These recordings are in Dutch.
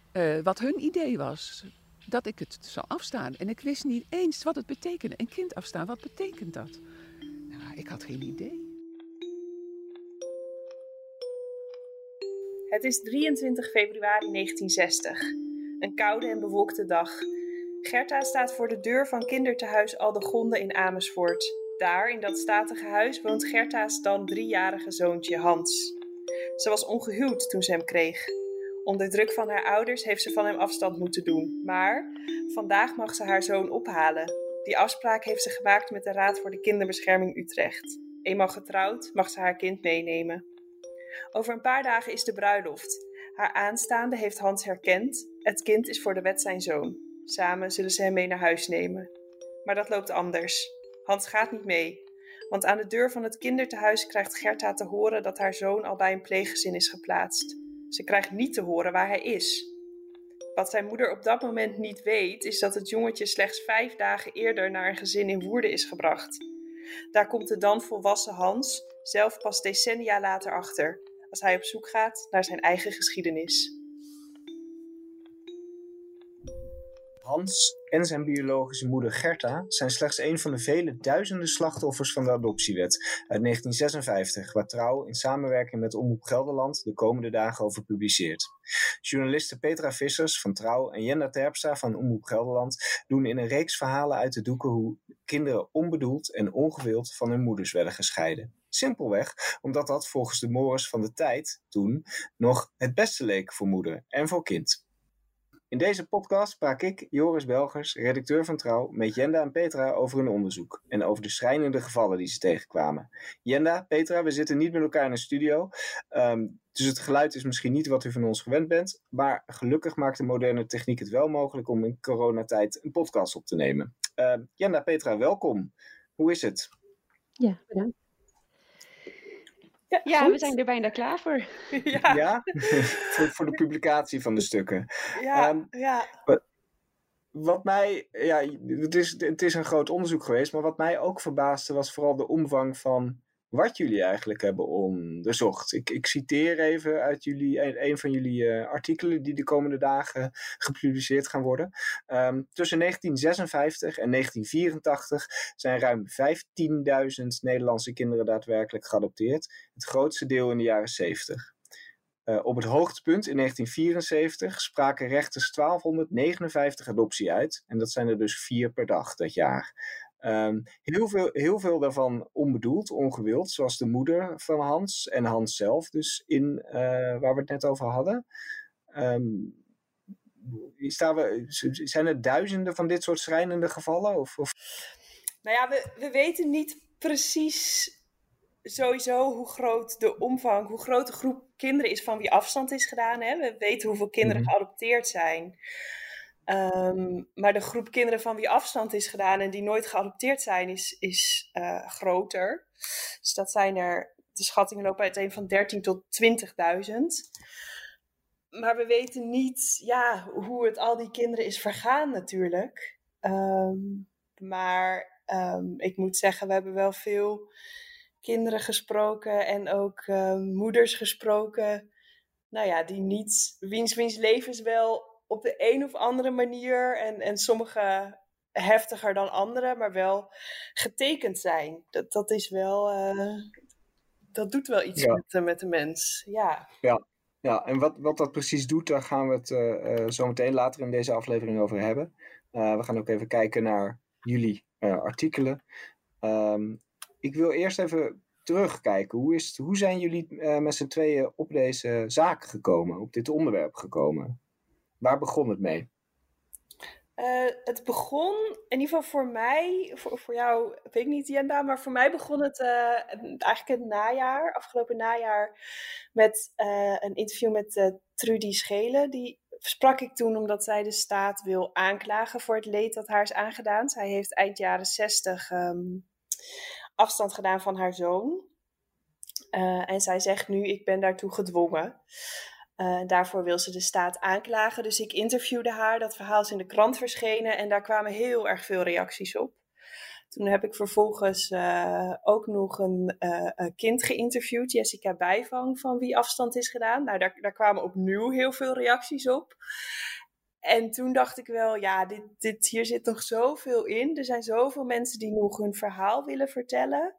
wat hun idee was. Dat ik het zou afstaan. En ik wist niet eens wat het betekende. Een kind afstaan, wat betekent dat? Nou, ik had geen idee. Het is 23 februari 1960. Een koude en bewolkte dag. Gerta staat voor de deur van kindertehuis Aldegonde in Amersfoort. Daar, in dat statige huis, woont Gerta's dan 3-jarige zoontje Hans. Ze was ongehuwd toen ze hem kreeg. Onder druk van haar ouders heeft ze van hem afstand moeten doen. Maar vandaag mag ze haar zoon ophalen. Die afspraak heeft ze gemaakt met de Raad voor de Kinderbescherming Utrecht. Eenmaal getrouwd mag ze haar kind meenemen. Over een paar dagen is de bruiloft. Haar aanstaande heeft Hans herkend. Het kind is voor de wet zijn zoon. Samen zullen ze hem mee naar huis nemen. Maar dat loopt anders. Hans gaat niet mee. Want aan de deur van het kindertehuis krijgt Gerta te horen dat haar zoon al bij een pleeggezin is geplaatst. Ze krijgt niet te horen waar hij is. Wat zijn moeder op dat moment niet weet, is dat het jongetje slechts 5 dagen eerder naar een gezin in Woerden is gebracht. Daar komt de dan volwassen Hans zelf pas decennia later achter, als hij op zoek gaat naar zijn eigen geschiedenis. Hans en zijn biologische moeder Gerta zijn slechts een van de vele duizenden slachtoffers van de adoptiewet uit 1956, waar Trouw in samenwerking met Omroep Gelderland de komende dagen over publiceert. Journalisten Petra Vissers van Trouw en Jenda Terpstra van Omroep Gelderland doen in een reeks verhalen uit de doeken hoe kinderen onbedoeld en ongewild van hun moeders werden gescheiden. Simpelweg omdat dat volgens de mores van de tijd toen nog het beste leek voor moeder en voor kind. In deze podcast spraak ik, Joris Belgers, redacteur van Trouw, met Jenda en Petra over hun onderzoek en over de schrijnende gevallen die ze tegenkwamen. Jenda, Petra, we zitten niet met elkaar in een studio, dus het geluid is misschien niet wat u van ons gewend bent, maar gelukkig maakt de moderne techniek het wel mogelijk om in coronatijd een podcast op te nemen. Jenda, Petra, welkom. Hoe is het? Ja, bedankt. Ja, we zijn er bijna klaar voor. Ja? voor de publicatie van de stukken. Ja. Wat mij, het is een groot onderzoek geweest, maar wat mij ook verbaasde was vooral de omvang van wat jullie eigenlijk hebben onderzocht. Ik citeer even uit een van jullie artikelen die de komende dagen gepubliceerd gaan worden. Tussen 1956 en 1984 zijn ruim 15.000 Nederlandse kinderen daadwerkelijk geadopteerd. Het grootste deel in de jaren 70. Op het hoogtepunt in 1974 spraken rechters 1259 adoptie uit. En dat zijn er dus 4 per dag dat jaar. Heel veel daarvan onbedoeld, ongewild. Zoals de moeder van Hans en Hans zelf dus waar we het net over hadden. Zijn er duizenden van dit soort schrijnende gevallen? Of? Nou ja, we weten niet precies sowieso hoe groot de omvang, hoe groot de groep kinderen is van wie afstand is gedaan. Hè? We weten hoeveel kinderen geadopteerd zijn. Maar de groep kinderen van wie afstand is gedaan en die nooit geadopteerd zijn is groter. Dus dat zijn er, de schattingen lopen uiteen van 13 tot 20.000. Maar we weten niet hoe het al die kinderen is vergaan natuurlijk. Maar ik moet zeggen, we hebben wel veel kinderen gesproken en ook moeders gesproken. Nou ja, die niet, wiens levens wel op de een of andere manier en sommige heftiger dan andere, maar wel getekend zijn. Dat is wel, dat doet wel iets met de mens. Ja, en wat dat precies doet, daar gaan we het zo meteen later in deze aflevering over hebben. We gaan ook even kijken naar jullie artikelen. Ik wil eerst even terugkijken. Hoe zijn jullie met z'n tweeën op deze zaak gekomen, op dit onderwerp gekomen? Waar begon het mee? Het begon, in ieder geval voor mij, voor jou weet ik niet Jenda, maar voor mij begon het eigenlijk het najaar, afgelopen najaar, met een interview met Trudy Schelen. Die sprak ik toen omdat zij de staat wil aanklagen voor het leed dat haar is aangedaan. Zij heeft eind jaren 60 afstand gedaan van haar zoon. En zij zegt nu, ik ben daartoe gedwongen. Daarvoor wil ze de staat aanklagen. Dus ik interviewde haar. Dat verhaal is in de krant verschenen. En daar kwamen heel erg veel reacties op. Toen heb ik vervolgens ook nog een kind geïnterviewd, Jessica Bijvang, van wie afstand is gedaan. Nou, daar kwamen opnieuw heel veel reacties op. En toen dacht ik wel, ja, hier zit nog zoveel in. Er zijn zoveel mensen die nog hun verhaal willen vertellen.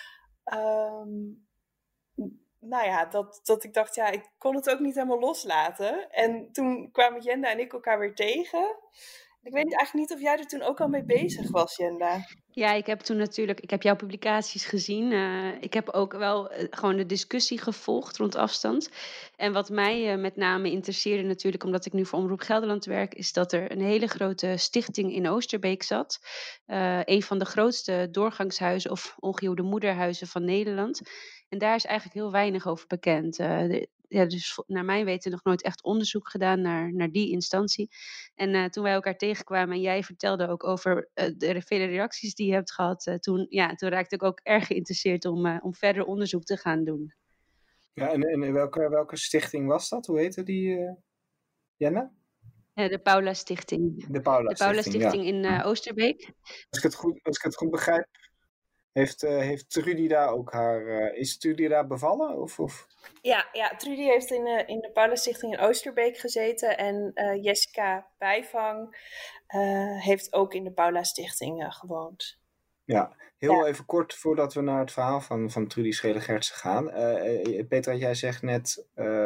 Nou ja, dat ik dacht, ja, ik kon het ook niet helemaal loslaten. En toen kwamen Jenda en ik elkaar weer tegen. Ik weet eigenlijk niet of jij er toen ook al mee bezig was, Jenda. Ja, ik heb jouw publicaties gezien. Ik heb ook wel gewoon de discussie gevolgd rond afstand. En wat mij met name interesseerde natuurlijk, omdat ik nu voor Omroep Gelderland werk, is dat er een hele grote stichting in Oosterbeek zat. Een van de grootste doorgangshuizen of ongehuwde moederhuizen van Nederland. En daar is eigenlijk heel weinig over bekend. Dus naar mijn weten nog nooit echt onderzoek gedaan naar die instantie. En toen wij elkaar tegenkwamen en jij vertelde ook over de vele reacties die je hebt gehad, toen raakte ik ook erg geïnteresseerd om verder onderzoek te gaan doen. Ja, en welke stichting was dat? Hoe heette die, Jenna? De Paula Stichting. De Paula Stichting ja. in Oosterbeek. Als ik het goed begrijp, heeft Trudy daar ook is Trudy daar bevallen? Of? Ja, Trudy heeft in de Paula Stichting in Oosterbeek gezeten. En Jessica Bijvang heeft ook in de Paula Stichting gewoond. Ja, heel even kort voordat we naar het verhaal van Trudy Schele-Gertsen gaan. Petra, jij zegt net,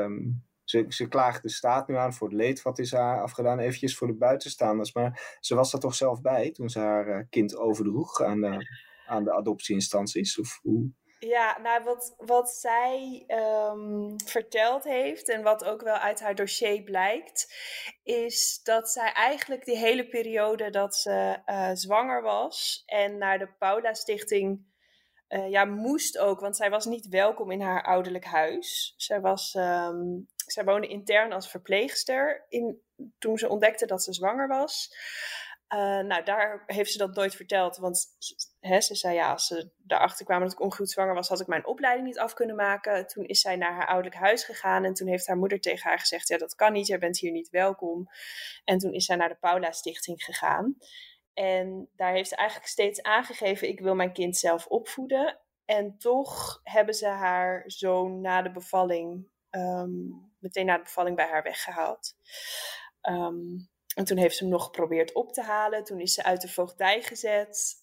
ze klaagt de staat nu aan voor het leed wat is haar afgedaan. Eventjes voor de buitenstaanders, maar ze was er toch zelf bij toen ze haar kind overdroeg aan de adoptieinstanties? Of hoe? Ja, nou wat zij verteld heeft en wat ook wel uit haar dossier blijkt, is dat zij eigenlijk die hele periode dat ze zwanger was en naar de Paula Stichting moest ook, want zij was niet welkom in haar ouderlijk huis. Zij woonde intern als verpleegster toen ze ontdekte dat ze zwanger was. Daar heeft ze dat nooit verteld, want ze zei als ze daarachter kwamen dat ik ongehuwd zwanger was, had ik mijn opleiding niet af kunnen maken. Toen is zij naar haar ouderlijk huis gegaan en toen heeft haar moeder tegen haar gezegd, ja, dat kan niet, jij bent hier niet welkom. En toen is zij naar de Paula Stichting gegaan. En daar heeft ze eigenlijk steeds aangegeven, ik wil mijn kind zelf opvoeden. En toch hebben ze haar zoon na de bevalling, meteen na de bevalling bij haar weggehaald. En toen heeft ze hem nog geprobeerd op te halen. Toen is ze uit de voogdij gezet.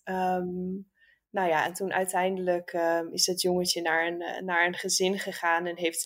En toen uiteindelijk is het jongetje naar een gezin gegaan. En heeft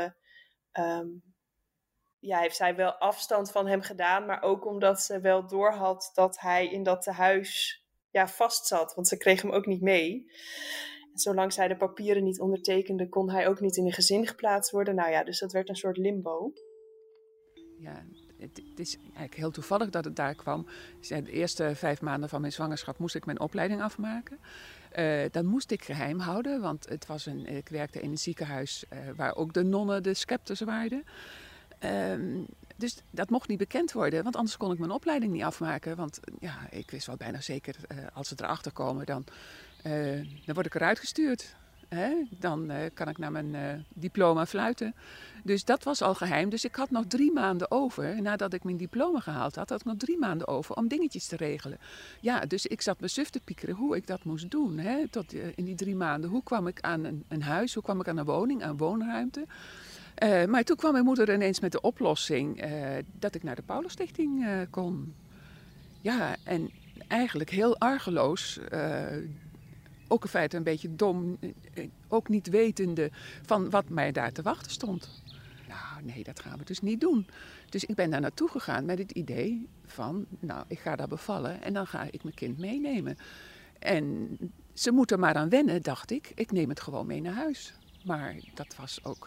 zij wel afstand van hem gedaan. Maar ook omdat ze wel doorhad dat hij in dat tehuis vast zat. Want ze kreeg hem ook niet mee. En zolang zij de papieren niet ondertekende, kon hij ook niet in een gezin geplaatst worden. Dus dat werd een soort limbo. Ja, het is eigenlijk heel toevallig dat het daar kwam. De eerste 5 maanden van mijn zwangerschap moest ik mijn opleiding afmaken. Dat moest ik geheim houden, want ik werkte in een ziekenhuis waar ook de nonnen de scepters waarden. Dus dat mocht niet bekend worden, want anders kon ik mijn opleiding niet afmaken. Want ik wist wel bijna zeker, als ze erachter komen, dan word ik eruit gestuurd. Dan kan ik naar mijn diploma fluiten. Dus dat was al geheim. Dus ik had nog 3 maanden over, nadat ik mijn diploma gehaald had ik nog 3 maanden over om dingetjes te regelen. Ja, dus ik zat me suf te piekeren hoe ik dat moest doen. Tot in die 3 maanden. Hoe kwam ik aan een huis? Hoe kwam ik aan een woning, aan woonruimte? Maar toen kwam mijn moeder ineens met de oplossing dat ik naar de Paula Stichting kon. Ja, en eigenlijk heel argeloos. Ook in feite een beetje dom, ook niet wetende van wat mij daar te wachten stond. Nou, nee, dat gaan we dus niet doen. Dus ik ben daar naartoe gegaan met het idee van, ik ga daar bevallen en dan ga ik mijn kind meenemen. En ze moeten maar aan wennen, dacht ik. Ik neem het gewoon mee naar huis. Maar dat was ook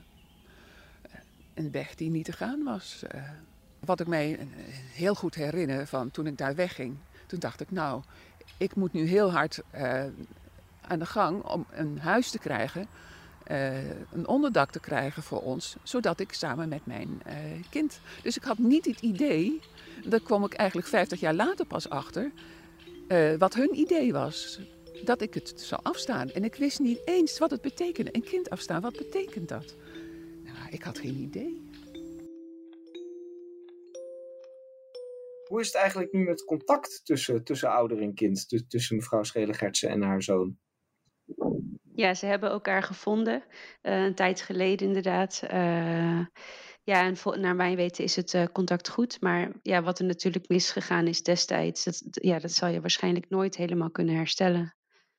een weg die niet te gaan was. Wat ik mij heel goed herinner van toen ik daar wegging, toen dacht ik, ik moet nu heel hard aan de gang om een huis te krijgen, een onderdak te krijgen voor ons, zodat ik samen met mijn kind. Dus ik had niet het idee, daar kwam ik eigenlijk 50 jaar later pas achter, wat hun idee was. Dat ik het zou afstaan. En ik wist niet eens wat het betekende. Een kind afstaan, wat betekent dat? Ik had geen idee. Hoe is het eigenlijk nu met contact tussen ouder en kind? Tussen mevrouw Scheele-Gertsen en haar zoon? Ja, ze hebben elkaar gevonden. Een tijd geleden inderdaad. Ja, en naar mijn weten is het contact goed. Maar ja, wat er natuurlijk misgegaan is destijds, dat zal je waarschijnlijk nooit helemaal kunnen herstellen.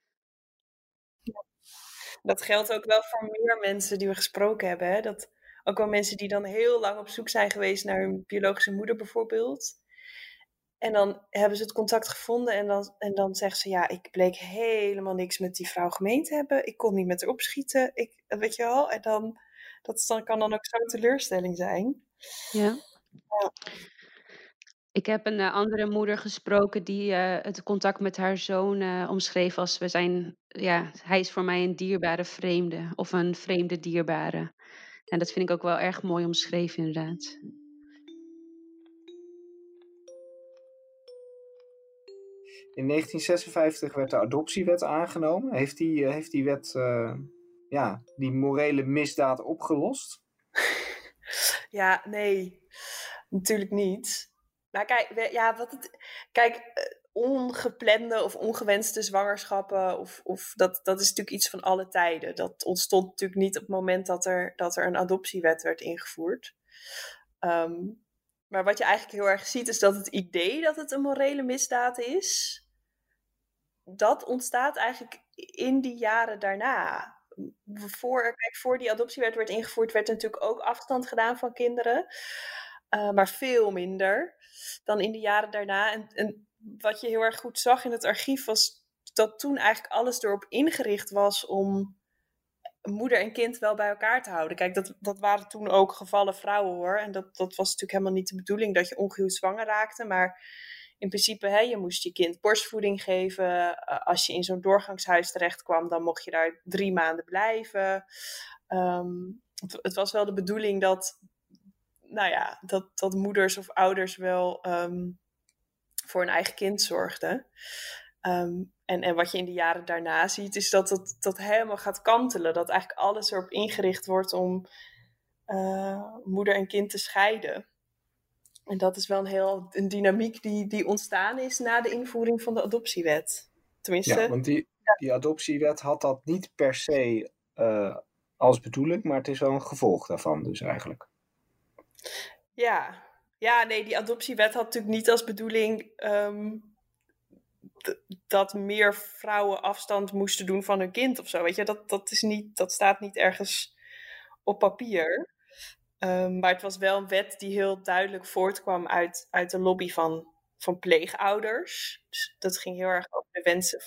Dat geldt ook wel voor meer mensen die we gesproken hebben. Hè? Dat ook wel mensen die dan heel lang op zoek zijn geweest naar hun biologische moeder bijvoorbeeld. En dan hebben ze het contact gevonden en dan zegt ze, ja, ik bleek helemaal niks met die vrouw gemeen te hebben. Ik kon niet met haar opschieten. Weet je wel? En dat kan dan ook zo'n teleurstelling zijn. Ja. Ja. Ik heb een andere moeder gesproken die het contact met haar zoon omschreef als hij is voor mij een dierbare vreemde of een vreemde dierbare. En dat vind ik ook wel erg mooi omschreven inderdaad. In 1956 werd de adoptiewet aangenomen. Heeft die wet die morele misdaad opgelost? Ja, nee, natuurlijk niet. Maar kijk, ongeplande of ongewenste zwangerschappen, dat is natuurlijk iets van alle tijden. Dat ontstond natuurlijk niet op het moment dat er een adoptiewet werd ingevoerd. Maar wat je eigenlijk heel erg ziet, is dat het idee dat het een morele misdaad is, dat ontstaat eigenlijk in die jaren daarna. Voor die adoptiewet werd ingevoerd, werd er natuurlijk ook afstand gedaan van kinderen. Maar veel minder dan in de jaren daarna. En wat je heel erg goed zag in het archief was dat toen eigenlijk alles erop ingericht was om moeder en kind wel bij elkaar te houden. Kijk, dat waren toen ook gevallen vrouwen hoor. En dat was natuurlijk helemaal niet de bedoeling dat je ongehuwd zwanger raakte. Maar in principe, je moest je kind borstvoeding geven. Als je in zo'n doorgangshuis terecht kwam, dan mocht je daar 3 maanden blijven. Het was wel de bedoeling dat moeders of ouders wel voor hun eigen kind zorgden. En wat je in de jaren daarna ziet, is dat helemaal gaat kantelen. Dat eigenlijk alles erop ingericht wordt om moeder en kind te scheiden. En dat is wel een dynamiek die ontstaan is na de invoering van de adoptiewet. Tenminste. Ja, want die adoptiewet had dat niet per se als bedoeling, maar het is wel een gevolg daarvan dus eigenlijk. Ja, nee, die adoptiewet had natuurlijk niet als bedoeling dat meer vrouwen afstand moesten doen van hun kind of zo. Weet je, dat staat niet ergens op papier. Maar het was wel een wet die heel duidelijk voortkwam uit de lobby van pleegouders. Dus dat ging heel erg over de wensen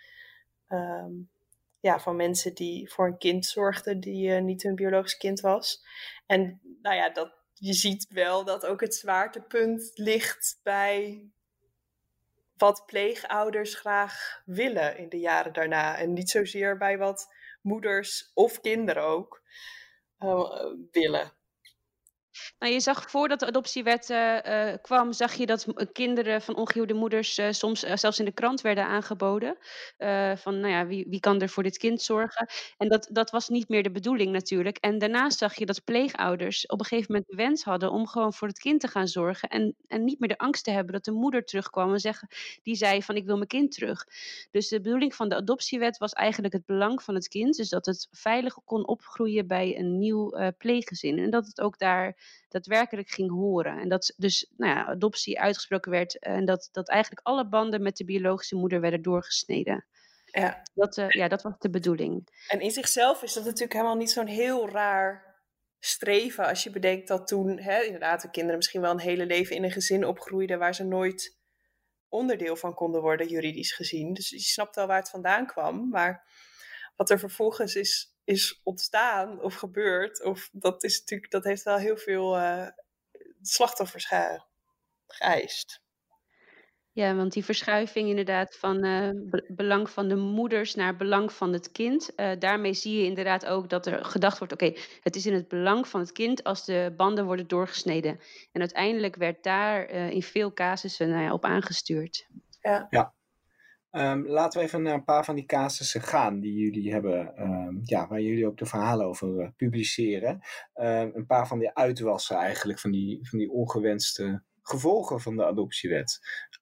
van mensen die voor een kind zorgden die niet hun biologisch kind was. En je ziet wel dat ook het zwaartepunt ligt bij wat pleegouders graag willen in de jaren daarna. En niet zozeer bij wat moeders of kinderen ook willen. Nou, je zag voordat de adoptiewet kwam, zag je dat kinderen van ongehuwde moeders soms zelfs in de krant werden aangeboden. Wie kan er voor dit kind zorgen? En dat was niet meer de bedoeling natuurlijk. En daarnaast zag je dat pleegouders op een gegeven moment de wens hadden om gewoon voor het kind te gaan zorgen. En niet meer de angst te hebben dat de moeder terugkwam en die zei van ik wil mijn kind terug. Dus de bedoeling van de adoptiewet was eigenlijk het belang van het kind. Dus dat het veilig kon opgroeien bij een nieuw pleeggezin. En dat het ook daar daadwerkelijk ging horen. En dat dus adoptie uitgesproken werd en dat eigenlijk alle banden met de biologische moeder werden doorgesneden. Ja. Dat was de bedoeling. En in zichzelf is dat natuurlijk helemaal niet zo'n heel raar streven als je bedenkt dat toen inderdaad de kinderen misschien wel een hele leven in een gezin opgroeiden waar ze nooit onderdeel van konden worden, juridisch gezien. Dus je snapt wel waar het vandaan kwam. Maar wat er vervolgens is ontstaan of gebeurd, dat heeft wel heel veel slachtoffers geëist. Ja, want die verschuiving inderdaad van belang van de moeders naar belang van het kind. Daarmee zie je inderdaad ook dat er gedacht wordt, oké, het is in het belang van het kind als de banden worden doorgesneden. En uiteindelijk werd daar in veel casussen op aangestuurd. Ja. Laten we even naar een paar van die casussen gaan die jullie hebben, waar jullie ook de verhalen over publiceren. Een paar van die uitwassen eigenlijk, van die ongewenste gevolgen van de adoptiewet.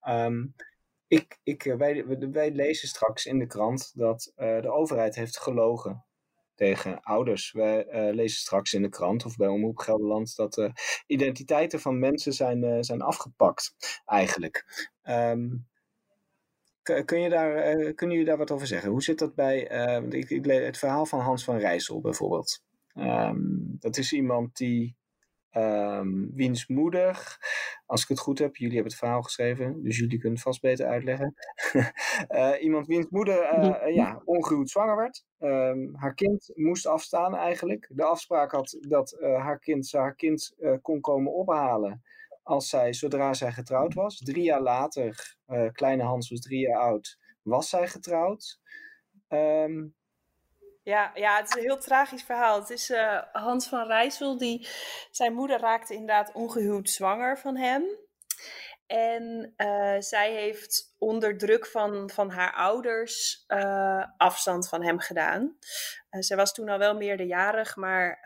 Wij lezen straks in de krant dat de overheid heeft gelogen tegen ouders. Wij lezen straks in de krant of bij Omroep Gelderland dat identiteiten van mensen zijn afgepakt, eigenlijk. Kunnen jullie daar wat over zeggen? Hoe zit dat bij ik lees het verhaal van Hans van Rijssel bijvoorbeeld. Dat is iemand die wiens moeder, als ik het goed heb, jullie hebben het verhaal geschreven, dus jullie kunnen het vast beter uitleggen. Iemand wiens moeder ongehuwd zwanger werd. Haar kind moest afstaan eigenlijk. De afspraak had dat haar kind kon komen ophalen zodra zij getrouwd was. 3 jaar later, kleine Hans was 3 jaar oud, was zij getrouwd. Ja, het is een heel tragisch verhaal. Het is Hans van Rijssel, zijn moeder raakte inderdaad ongehuwd zwanger van hem. En zij heeft onder druk van haar ouders afstand van hem gedaan. Zij was toen al wel meerderjarig, maar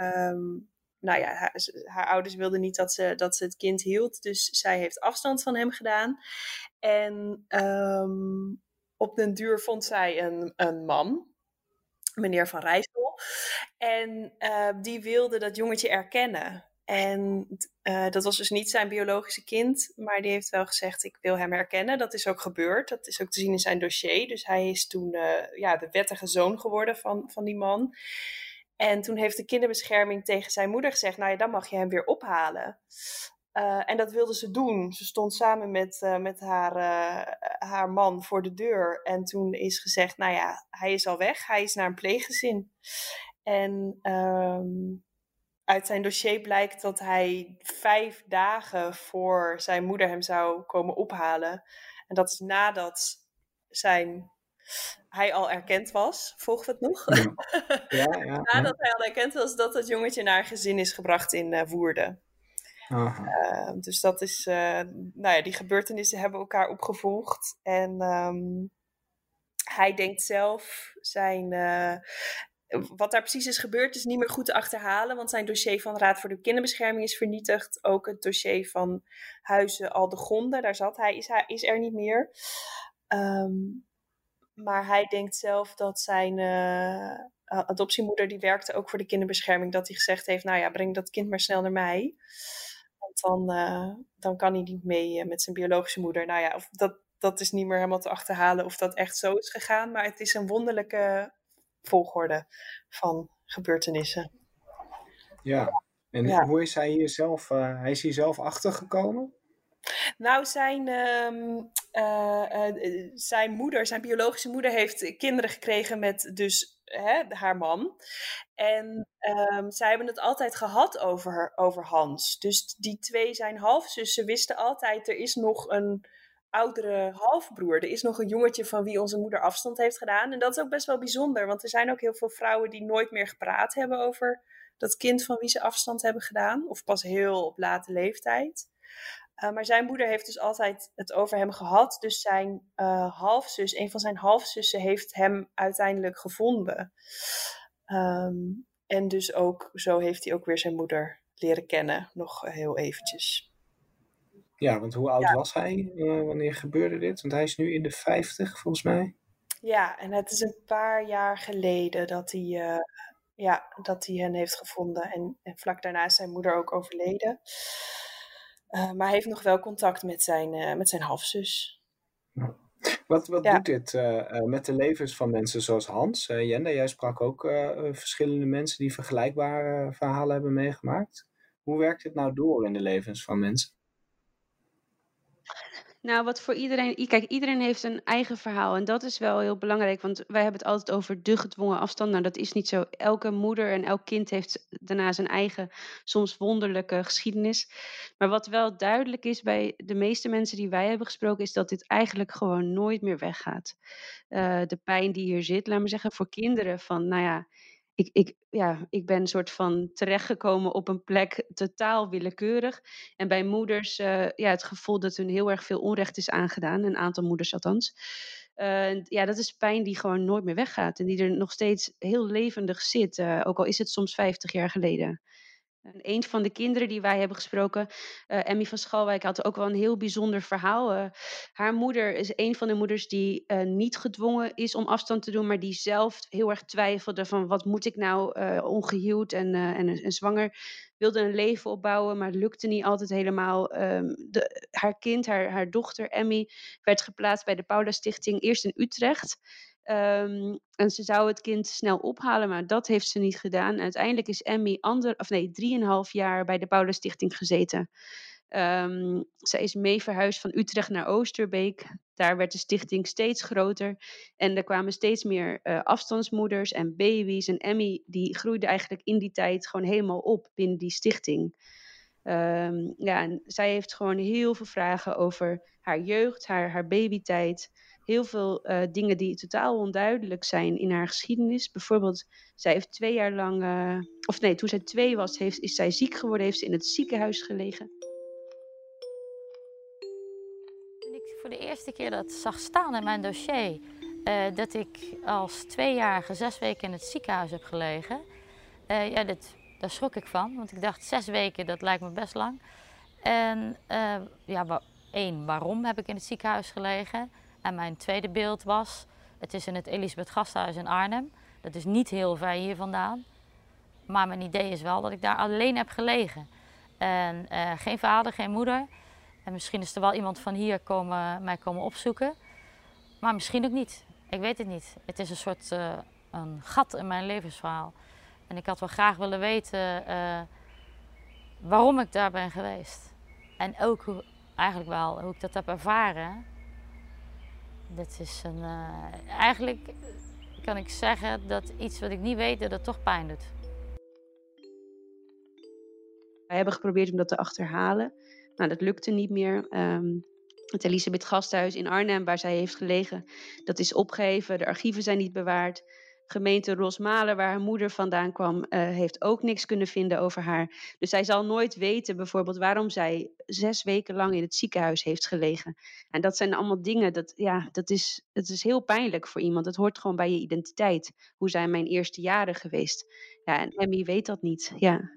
haar ouders wilden niet dat ze het kind hield. Dus zij heeft afstand van hem gedaan. En op den duur vond zij een man, meneer Van Rijssel. En die wilde dat jongetje erkennen. En dat was dus niet zijn biologische kind, maar die heeft wel gezegd, ik wil hem erkennen. Dat is ook gebeurd, dat is ook te zien in zijn dossier. Dus hij is toen de wettige zoon geworden van die man. En toen heeft de kinderbescherming tegen zijn moeder gezegd, nou ja, dan mag je hem weer ophalen. En dat wilde ze doen. Ze stond samen met haar man voor de deur. En toen is gezegd, nou ja, hij is al weg. Hij is naar een pleeggezin. En uit zijn dossier blijkt dat hij 5 dagen voor zijn moeder hem zou komen ophalen. En dat is nadat hij al erkend was. Volgt het nog? Ja. Nadat hij al erkend was dat het jongetje naar een gezin is gebracht in Woerden. Dus dat is, die gebeurtenissen hebben elkaar opgevolgd. En hij denkt zelf wat daar precies is gebeurd is niet meer goed te achterhalen, want zijn dossier van Raad voor de Kinderbescherming is vernietigd. Ook het dossier van Huize Aldegonde, daar zat hij, is er niet meer. Maar hij denkt zelf dat zijn adoptiemoeder, die werkte ook voor de kinderbescherming, dat hij gezegd heeft, nou ja, breng dat kind maar snel naar mij. Want dan kan hij niet mee met zijn biologische moeder. Nou ja, dat is niet meer helemaal te achterhalen of dat echt zo is gegaan. Maar het is een wonderlijke volgorde van gebeurtenissen. Ja, en hoe is hij hier zelf, hij is hier zelf achtergekomen? Nou, zijn moeder, zijn biologische moeder, heeft kinderen gekregen met dus haar man. En zij hebben het altijd gehad over Hans. Dus die 2 zijn halfzussen wisten altijd, er is nog een oudere halfbroer. Er is nog een jongetje van wie onze moeder afstand heeft gedaan. En dat is ook best wel bijzonder, want er zijn ook heel veel vrouwen die nooit meer gepraat hebben over dat kind van wie ze afstand hebben gedaan. Of pas heel op late leeftijd. Maar zijn moeder heeft dus altijd het over hem gehad. Dus zijn halfzus, een van zijn halfzussen, heeft hem uiteindelijk gevonden. En dus ook, zo heeft hij ook weer zijn moeder leren kennen. Nog heel eventjes. Ja, want hoe oud was hij? Wanneer gebeurde dit? Want hij is nu in de 50, volgens mij. Ja, en het is een paar jaar geleden dat hij hen heeft gevonden. En vlak daarna is zijn moeder ook overleden. Maar hij heeft nog wel contact met zijn halfzus. Wat doet dit met de levens van mensen zoals Hans? Jenda, jij sprak ook verschillende mensen die vergelijkbare verhalen hebben meegemaakt. Hoe werkt dit nou door in de levens van mensen? Nou, wat voor iedereen... Kijk, iedereen heeft een eigen verhaal. En dat is wel heel belangrijk. Want wij hebben het altijd over de gedwongen afstand. Nou, dat is niet zo. Elke moeder en elk kind heeft daarna zijn eigen, soms wonderlijke geschiedenis. Maar wat wel duidelijk is bij de meeste mensen die wij hebben gesproken, is dat dit eigenlijk gewoon nooit meer weggaat. De pijn die hier zit, laat maar zeggen, voor kinderen van, nou ja, ik ben een soort van terechtgekomen op een plek totaal willekeurig. En bij moeders het gevoel dat hun heel erg veel onrecht is aangedaan. Een aantal moeders althans. Dat is pijn die gewoon nooit meer weggaat. En die er nog steeds heel levendig zit. Ook al is het soms 50 jaar geleden. En een van de kinderen die wij hebben gesproken, Emmy van Schalwijk, had ook wel een heel bijzonder verhaal. Haar moeder is een van de moeders die niet gedwongen is om afstand te doen, maar die zelf heel erg twijfelde van wat moet ik nou ongehuwd en zwanger. Wilde een leven opbouwen, maar het lukte niet altijd helemaal. Haar kind, haar dochter Emmy, werd geplaatst bij de Paula Stichting, eerst in Utrecht. En ze zou het kind snel ophalen, maar dat heeft ze niet gedaan. Uiteindelijk is Emmy 3,5 jaar bij de Paula Stichting gezeten. Zij is mee verhuisd van Utrecht naar Oosterbeek. Daar werd de stichting steeds groter. En er kwamen steeds meer afstandsmoeders en baby's. En Emmy die groeide eigenlijk in die tijd gewoon helemaal op binnen die stichting. En zij heeft gewoon heel veel vragen over haar jeugd, haar babytijd. Heel veel dingen die totaal onduidelijk zijn in haar geschiedenis. Bijvoorbeeld, zij heeft 2 jaar lang, toen zij 2 was, is zij ziek geworden, heeft ze in het ziekenhuis gelegen. Toen ik voor de eerste keer dat zag staan in mijn dossier, dat ik als 2-jarige 6 weken in het ziekenhuis heb gelegen, daar schrok ik van, want ik dacht 6 weken, dat lijkt me best lang. En waarom heb ik in het ziekenhuis gelegen? En mijn tweede beeld was, het is in het Elisabeth Gasthuis in Arnhem. Dat is niet heel ver hier vandaan. Maar mijn idee is wel dat ik daar alleen heb gelegen. En geen vader, geen moeder. En misschien is er wel iemand van hier mij komen opzoeken. Maar misschien ook niet. Ik weet het niet. Het is een soort een gat in mijn levensverhaal. En ik had wel graag willen weten waarom ik daar ben geweest. En ook hoe ik dat heb ervaren. Dit is eigenlijk kan ik zeggen dat iets wat ik niet weet, dat het toch pijn doet. Wij hebben geprobeerd om dat te achterhalen. Nou, dat lukte niet meer. Het Elisabeth Gasthuis in Arnhem, waar zij heeft gelegen, dat is opgeheven. De archieven zijn niet bewaard. Gemeente Rosmalen, waar haar moeder vandaan kwam, heeft ook niks kunnen vinden over haar. Dus zij zal nooit weten bijvoorbeeld waarom zij 6 weken lang in het ziekenhuis heeft gelegen. En dat zijn allemaal dingen, dat is heel pijnlijk voor iemand. Het hoort gewoon bij je identiteit. Hoe zijn mijn eerste jaren geweest? Ja, en Emmy weet dat niet, ja.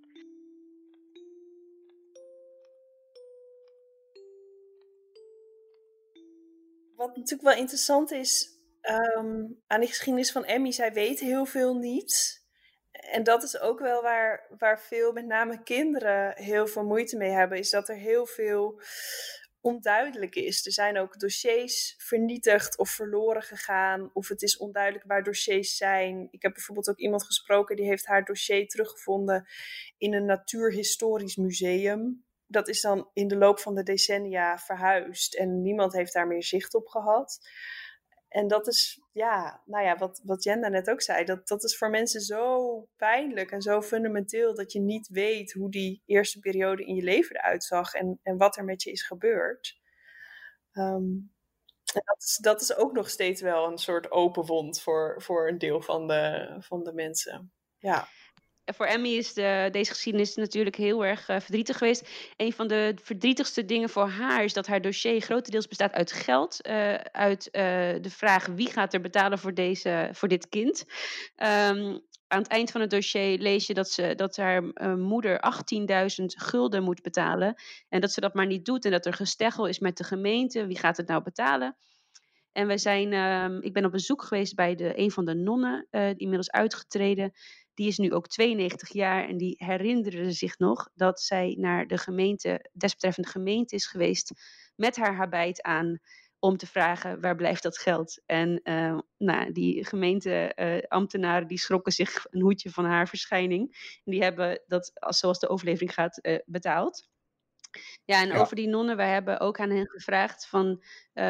Wat natuurlijk wel interessant is aan die geschiedenis van Emmy, zij weet heel veel niet. En dat is ook wel waar veel, met name kinderen, heel veel moeite mee hebben, is dat er heel veel onduidelijk is. Er zijn ook dossiers vernietigd of verloren gegaan, of het is onduidelijk waar dossiers zijn. Ik heb bijvoorbeeld ook iemand gesproken die heeft haar dossier teruggevonden in een natuurhistorisch museum. Dat is dan in de loop van de decennia verhuisd en niemand heeft daar meer zicht op gehad. En dat is, wat Jenda net ook zei, dat is voor mensen zo pijnlijk en zo fundamenteel dat je niet weet hoe die eerste periode in je leven eruit zag en wat er met je is gebeurd. En dat is ook nog steeds wel een soort open wond voor een deel van de mensen. Ja. Voor Emmy is deze geschiedenis natuurlijk heel erg verdrietig geweest. Een van de verdrietigste dingen voor haar is dat haar dossier grotendeels bestaat uit geld. Uit de vraag wie gaat er betalen voor dit kind. Aan het eind van het dossier lees je dat haar moeder 18.000 gulden moet betalen. En dat ze dat maar niet doet en dat er gesteggel is met de gemeente. Wie gaat het nou betalen? En ik ben op bezoek geweest bij een van de nonnen, die inmiddels uitgetreden. Die is nu ook 92 jaar en die herinnerde zich nog dat zij naar de desbetreffende gemeente is geweest met haar habit aan om te vragen waar blijft dat geld. En die gemeenteambtenaren die schrokken zich een hoedje van haar verschijning. En die hebben dat, zoals de overlevering gaat, betaald. Ja, en over die nonnen, wij hebben ook aan hen gevraagd van,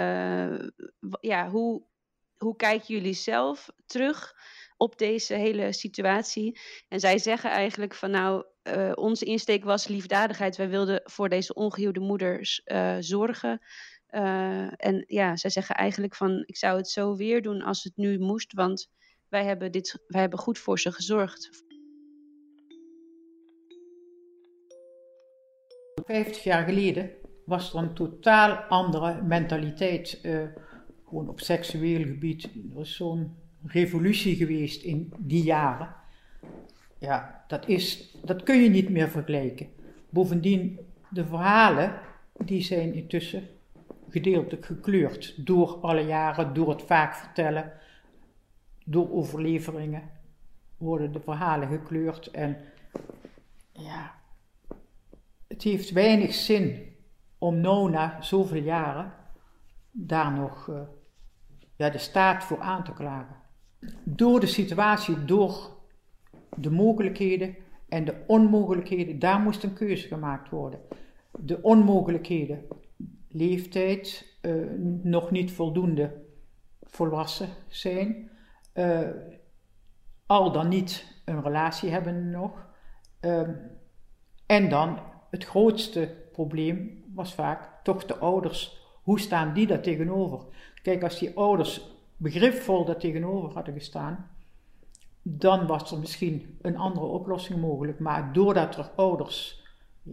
hoe kijken jullie zelf terug op deze hele situatie? En zij zeggen eigenlijk van onze insteek was liefdadigheid. Wij wilden voor deze ongehuwde moeders zorgen. Zij zeggen eigenlijk van, ik zou het zo weer doen als het nu moest, want wij hebben goed voor ze gezorgd. 50 jaar geleden was er een totaal andere mentaliteit, gewoon op seksueel gebied. Er is zo'n revolutie geweest in die jaren. ja, dat kun je niet meer vergelijken. Bovendien, de verhalen, die zijn intussen gedeeltelijk gekleurd door alle jaren, door het vaak vertellen, door overleveringen worden de verhalen gekleurd en ja, het heeft weinig zin om nou na zoveel jaren daar nog de staat voor aan te klagen. Door de situatie, door de mogelijkheden en de onmogelijkheden, daar moest een keuze gemaakt worden. De onmogelijkheden, leeftijd, nog niet voldoende volwassen zijn, al dan niet een relatie hebben nog. En dan het grootste probleem was vaak toch de ouders. Hoe staan die daar tegenover? Kijk, als die ouders begripvol daar tegenover hadden gestaan, dan was er misschien een andere oplossing mogelijk. Maar doordat er ouders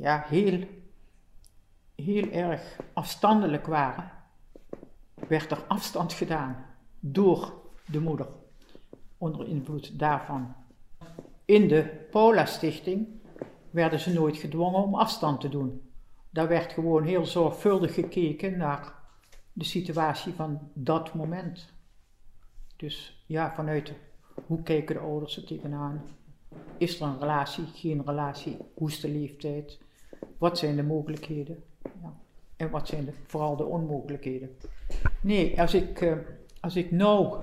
heel erg afstandelijk waren, werd er afstand gedaan door de moeder, onder invloed daarvan. In de Paula Stichting werden ze nooit gedwongen om afstand te doen. Daar werd gewoon heel zorgvuldig gekeken naar de situatie van dat moment. Dus ja, vanuit hoe kijken de ouders er tegenaan? Is er een relatie, geen relatie? Hoe is de leeftijd? Wat zijn de mogelijkheden? Ja. En wat zijn vooral de onmogelijkheden? Nee, als ik nou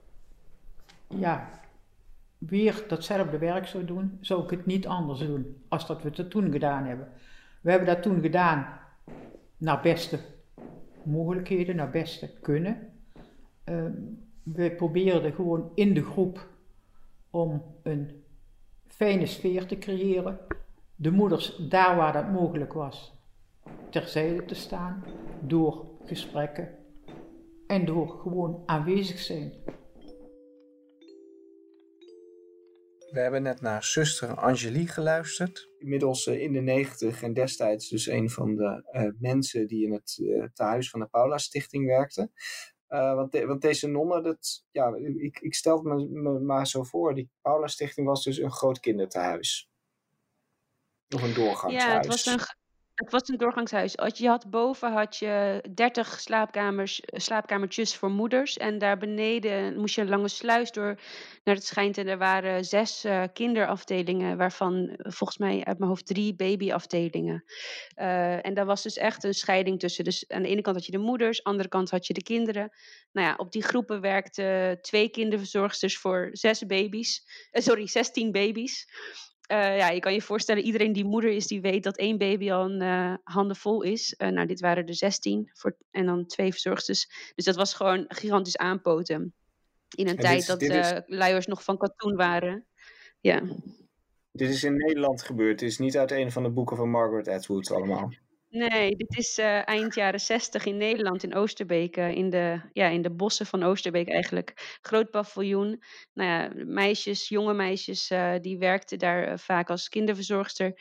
weer datzelfde werk zou doen, zou ik het niet anders doen als dat we het toen gedaan hebben. We hebben dat toen gedaan naar beste mogelijkheden, naar beste kunnen. We probeerden gewoon in de groep om een fijne sfeer te creëren. De moeders, daar waar dat mogelijk was, terzijde te staan, door gesprekken en door gewoon aanwezig zijn. We hebben net naar zuster Angelie geluisterd. Inmiddels in de 90 en destijds dus een van de mensen die in het tehuis van de Paula Stichting werkte. Want deze nonnen, ik stel het me maar zo voor, die Paula Stichting was dus een groot kindertehuis. Of een doorgangshuis. Ja, het was een doorgangshuis. Boven had je 30 slaapkamertjes voor moeders. En daar beneden moest je een lange sluis door naar het schijnt. En er waren 6 kinderafdelingen, waarvan volgens mij uit mijn hoofd 3 babyafdelingen. En daar was dus echt een scheiding tussen. Dus aan de ene kant had je de moeders, aan de andere kant had je de kinderen. Nou ja, op die groepen werkten 2 kinderverzorgsters voor 16 baby's. Je kan je voorstellen, iedereen die moeder is, die weet dat 1 baby al een handenvol is. Dit waren er 16 en dan 2 verzorgsters. Dus dat was gewoon gigantisch aanpoten. In een tijd dat luiers nog van katoen waren. Ja. Dit is in Nederland gebeurd. Het is niet uit een van de boeken van Margaret Atwood allemaal. Nee, dit is eind jaren 60 in Nederland, in Oosterbeek, in de bossen van Oosterbeek eigenlijk. Groot paviljoen. Jonge meisjes, die werkten daar vaak als kinderverzorgster.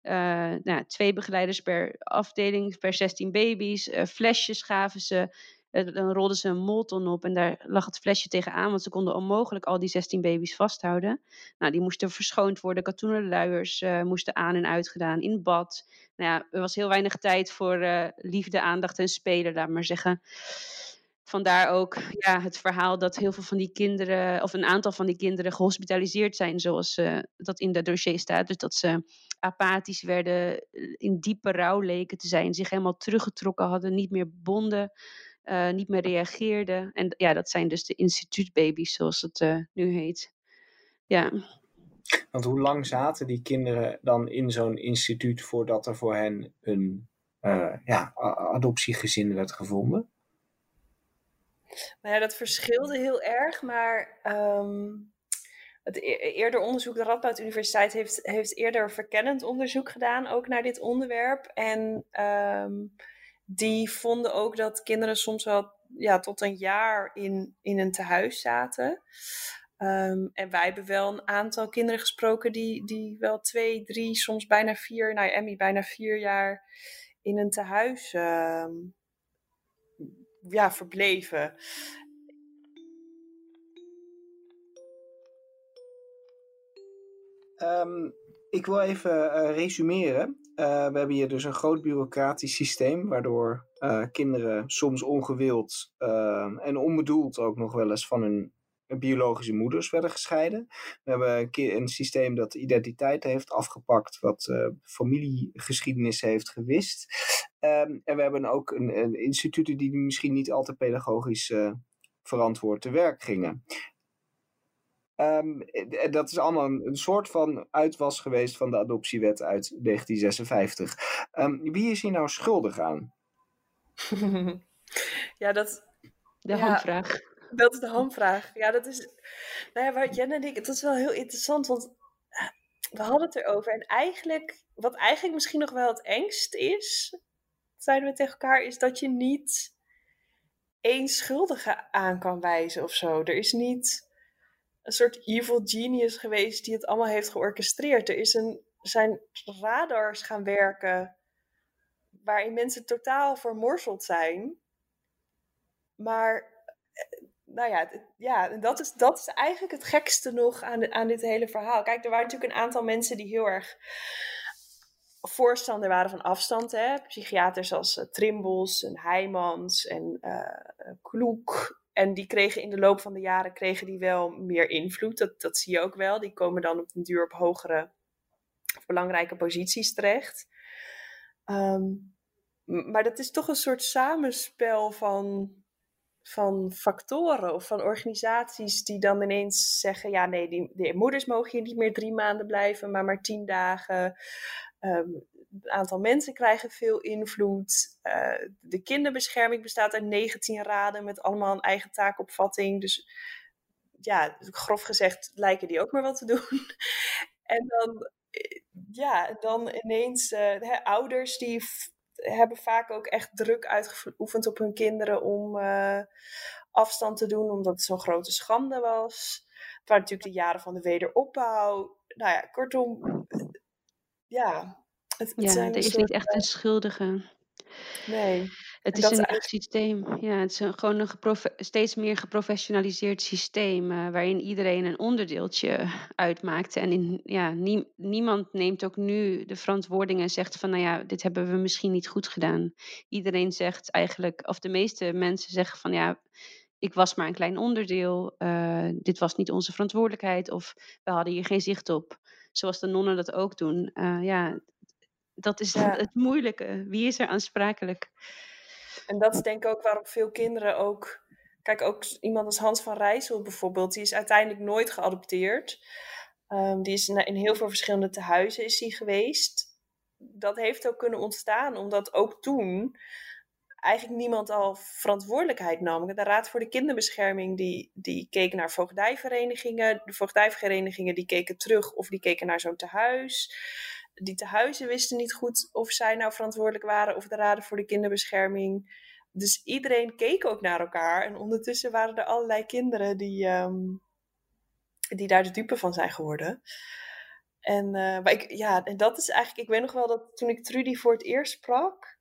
2 begeleiders per afdeling, per 16 baby's. Flesjes gaven ze. Dan rolden ze een molton op en daar lag het flesje tegenaan, want ze konden onmogelijk al die 16 baby's vasthouden. Die moesten verschoond worden, katoenen luiers moesten aan en uitgedaan, in bad. Er was heel weinig tijd voor liefde, aandacht en spelen, laat maar zeggen. Vandaar ook het verhaal dat heel veel van die kinderen, of een aantal van die kinderen, gehospitaliseerd zijn, zoals dat in dat dossier staat. Dus dat ze apathisch werden, in diepe rouw leken te zijn, zich helemaal teruggetrokken hadden, niet meer bonden. Niet meer reageerden. En dat zijn dus de instituutbaby's, zoals het nu heet. Ja. Want hoe lang zaten die kinderen dan in zo'n instituut voordat er voor hen een adoptiegezin werd gevonden? Dat verschilde heel erg, maar het eerder onderzoek, de Radboud Universiteit heeft eerder verkennend onderzoek gedaan, ook naar dit onderwerp. En die vonden ook dat kinderen soms wel tot een jaar in een tehuis zaten. En wij hebben wel een aantal kinderen gesproken die wel 2, 3, soms bijna 4, Emmy bijna 4 jaar in een tehuis verbleven. Ik wil even resumeren. We hebben hier dus een groot bureaucratisch systeem, waardoor kinderen soms ongewild en onbedoeld ook nog wel eens van hun biologische moeders werden gescheiden. We hebben een systeem dat identiteit heeft afgepakt, wat familiegeschiedenis heeft gewist. En we hebben ook een instituten die misschien niet altijd pedagogisch verantwoord te werk gingen. Dat is allemaal een soort van uitwas geweest van de adoptiewet uit 1956. Wie is hier nou schuldig aan? Ja, dat... De hamvraag. Dat is de hamvraag. Ja, dat is... Nou ja, waar Jen en ik... Dat is wel heel interessant, want we hadden het erover. En eigenlijk, wat eigenlijk misschien nog wel het engst is, zeiden we tegen elkaar, is dat je niet één schuldige aan kan wijzen of zo. Er is niet een soort evil genius geweest die het allemaal heeft georchestreerd. Er zijn radars gaan werken waarin mensen totaal vermorzeld zijn. Maar, nou ja, dat is eigenlijk het gekste nog aan dit hele verhaal. Kijk, er waren natuurlijk een aantal mensen die heel erg voorstander waren van afstand. Hè? Psychiaters als Trimbos en Heijmans en Kloek. En die kregen in de loop van de jaren wel meer invloed. Dat zie je ook wel. Die komen dan op den duur op hogere, belangrijke posities terecht. Maar dat is toch een soort samenspel van factoren of van organisaties die dan ineens zeggen, ja nee, die moeders mogen hier niet meer 3 maanden blijven, maar 10 dagen. Een aantal mensen krijgen veel invloed. De kinderbescherming bestaat uit 19 raden met allemaal een eigen taakopvatting. Dus ja, grof gezegd lijken die ook maar wat te doen. En dan ineens ouders die hebben vaak ook echt druk uitgeoefend op hun kinderen om afstand te doen, omdat het zo'n grote schande was. Het waren natuurlijk de jaren van de wederopbouw. Nou ja, kortom, ja. Er is niet echt een schuldige. Nee. Het is een nieuw systeem. Ja, het is gewoon een steeds meer geprofessionaliseerd systeem waarin iedereen een onderdeeltje uitmaakt. En niemand neemt ook nu de verantwoording en zegt van, nou ja, dit hebben we misschien niet goed gedaan. Iedereen zegt eigenlijk, of de meeste mensen zeggen van, ja, ik was maar een klein onderdeel. Dit was niet onze verantwoordelijkheid of we hadden hier geen zicht op. Zoals de nonnen dat ook doen. Dat is het moeilijke. Wie is er aansprakelijk? En dat is denk ik ook waarom veel kinderen ook... Kijk, ook iemand als Hans van Rijssel bijvoorbeeld, die is uiteindelijk nooit geadopteerd. Die is in heel veel verschillende tehuizen is hij geweest. Dat heeft ook kunnen ontstaan, omdat ook toen eigenlijk niemand al verantwoordelijkheid nam. De Raad voor de Kinderbescherming die keek naar voogdijverenigingen. De voogdijverenigingen die keken terug of die keken naar zo'n tehuis. Die tehuizen wisten niet goed of zij nou verantwoordelijk waren of de Raden voor de Kinderbescherming. Dus iedereen keek ook naar elkaar. En ondertussen waren er allerlei kinderen die daar de dupe van zijn geworden. En dat is eigenlijk... Ik weet nog wel dat toen ik Trudy voor het eerst sprak,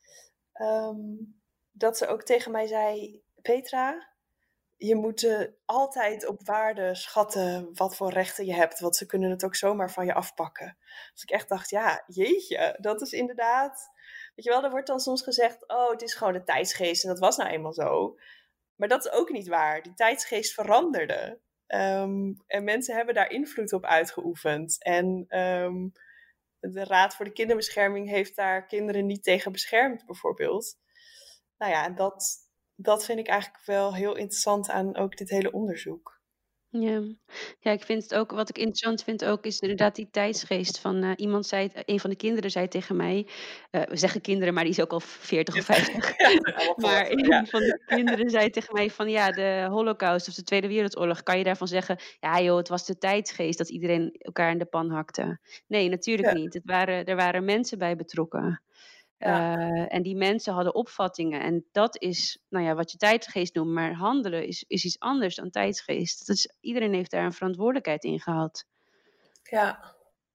dat ze ook tegen mij zei, Petra, je moet altijd op waarde schatten wat voor rechten je hebt, want ze kunnen het ook zomaar van je afpakken. Dus ik echt dacht, ja, jeetje, dat is inderdaad... Weet je wel, er wordt dan soms gezegd, oh, het is gewoon de tijdsgeest en dat was nou eenmaal zo. Maar dat is ook niet waar. Die tijdsgeest veranderde. En mensen hebben daar invloed op uitgeoefend. En de Raad voor de Kinderbescherming heeft daar kinderen niet tegen beschermd, bijvoorbeeld. Nou ja, en dat vind ik eigenlijk wel heel interessant aan ook dit hele onderzoek. Ja, ik vind het ook, wat ik interessant vind ook, is inderdaad die tijdsgeest van een van de kinderen zei tegen mij, we zeggen kinderen, maar die is ook al 40 of 50. Maar een van de kinderen zei tegen mij van, ja, de Holocaust of de Tweede Wereldoorlog, kan je daarvan zeggen, ja joh, het was de tijdsgeest dat iedereen elkaar in de pan hakte. Nee, natuurlijk niet. Er waren mensen bij betrokken. En die mensen hadden opvattingen. En dat is, nou ja, wat je tijdsgeest noemt. Maar handelen is iets anders dan tijdsgeest. Iedereen heeft daar een verantwoordelijkheid in gehad. Ja.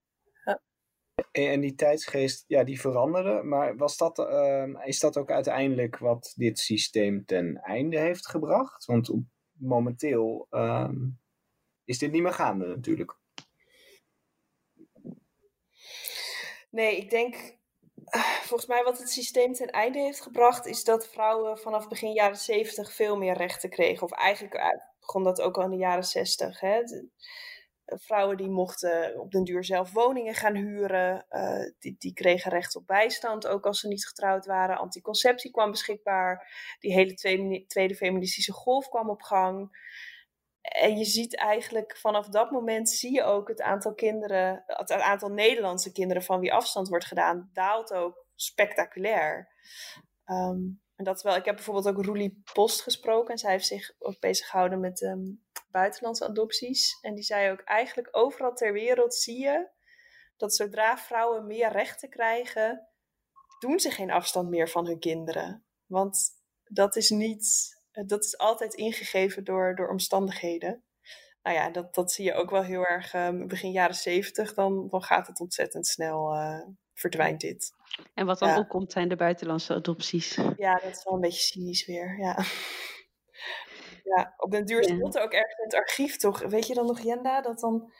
En die tijdsgeest, ja, die veranderde. Maar is dat ook uiteindelijk wat dit systeem ten einde heeft gebracht? Want momenteel is dit niet meer gaande natuurlijk. Nee, ik denk, volgens mij wat het systeem ten einde heeft gebracht, is dat vrouwen vanaf begin jaren 70 veel meer rechten kregen. Of eigenlijk begon dat ook al in de jaren 60. Hè? Vrouwen die mochten op den duur zelf woningen gaan huren. Die kregen recht op bijstand, ook als ze niet getrouwd waren. Anticonceptie kwam beschikbaar. Die hele tweede feministische golf kwam op gang. En je ziet eigenlijk vanaf dat moment zie je ook het aantal Nederlandse kinderen van wie afstand wordt gedaan, daalt ook spectaculair. En dat wel, ik heb bijvoorbeeld ook Roelie Post gesproken en zij heeft zich ook bezig gehouden met buitenlandse adopties. En die zei ook eigenlijk overal ter wereld zie je dat zodra vrouwen meer rechten krijgen, doen ze geen afstand meer van hun kinderen. Want dat is altijd ingegeven door omstandigheden. Nou ja, dat zie je ook wel heel erg begin jaren 70. Dan gaat het ontzettend snel, verdwijnt dit. En wat dan opkomt zijn de buitenlandse adopties. Ja, dat is wel een beetje cynisch weer, ja. Ja, op den duur stond er ook ergens in het archief toch. Weet je dan nog, Jenda, dat dan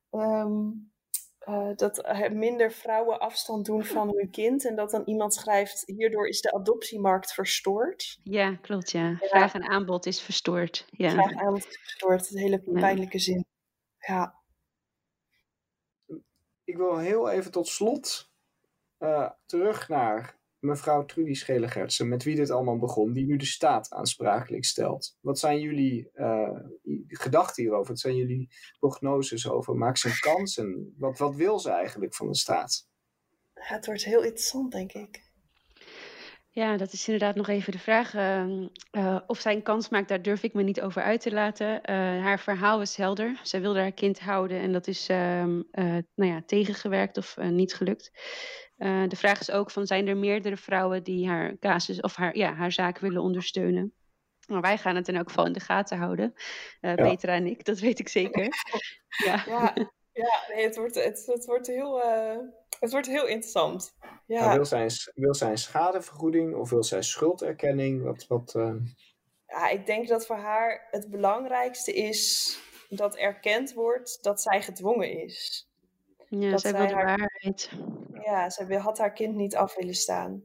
minder vrouwen afstand doen van hun kind en dat dan iemand schrijft, hierdoor is de adoptiemarkt verstoord. Ja, klopt, ja. Vraag en aanbod is verstoord. Ja. Vraag en aanbod is verstoord, een hele pijnlijke zin. Ja. Ik wil heel even tot slot terug naar mevrouw Trudy Schele-Gertsen, met wie dit allemaal begon, die nu de staat aansprakelijk stelt. Wat zijn jullie gedachten hierover? Wat zijn jullie prognoses over? Maakt ze een kans? En wat wil ze eigenlijk van de staat? Ja, het wordt heel interessant, denk ik. Ja, dat is inderdaad nog even de vraag. Of zij een kans maakt, daar durf ik me niet over uit te laten. Haar verhaal is helder. Zij wilde haar kind houden en dat is tegengewerkt of niet gelukt. De vraag is ook van, zijn er meerdere vrouwen die haar casus of haar zaak willen ondersteunen? Maar wij gaan het in elk geval in de gaten houden. Petra en ik, dat weet ik zeker. Nee, het wordt heel interessant. Ja. Nou, wil zij een schadevergoeding of wil zij schulderkenning? Ja, ik denk dat voor haar het belangrijkste is dat erkend wordt dat zij gedwongen is. Ja, dat zij wil de waarheid. Ja, zij had haar kind niet af willen staan.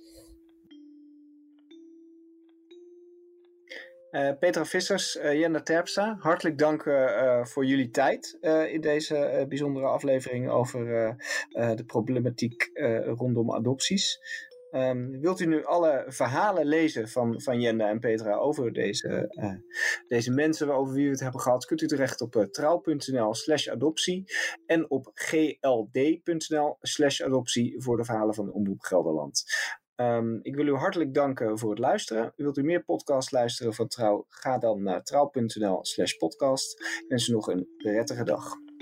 Petra Vissers, Jenda Terpstra, hartelijk dank voor jullie tijd in deze bijzondere aflevering over de problematiek rondom adopties. Wilt u nu alle verhalen lezen van Jenda en Petra over deze mensen over wie we het hebben gehad, kunt u terecht op trouw.nl/adoptie en op gld.nl/adoptie voor de verhalen van Omroep Gelderland. Ik wil u hartelijk danken voor het luisteren. Wilt u meer podcasts luisteren van Trouw? Ga dan naar trouw.nl/podcast. Ik wens u nog een prettige dag.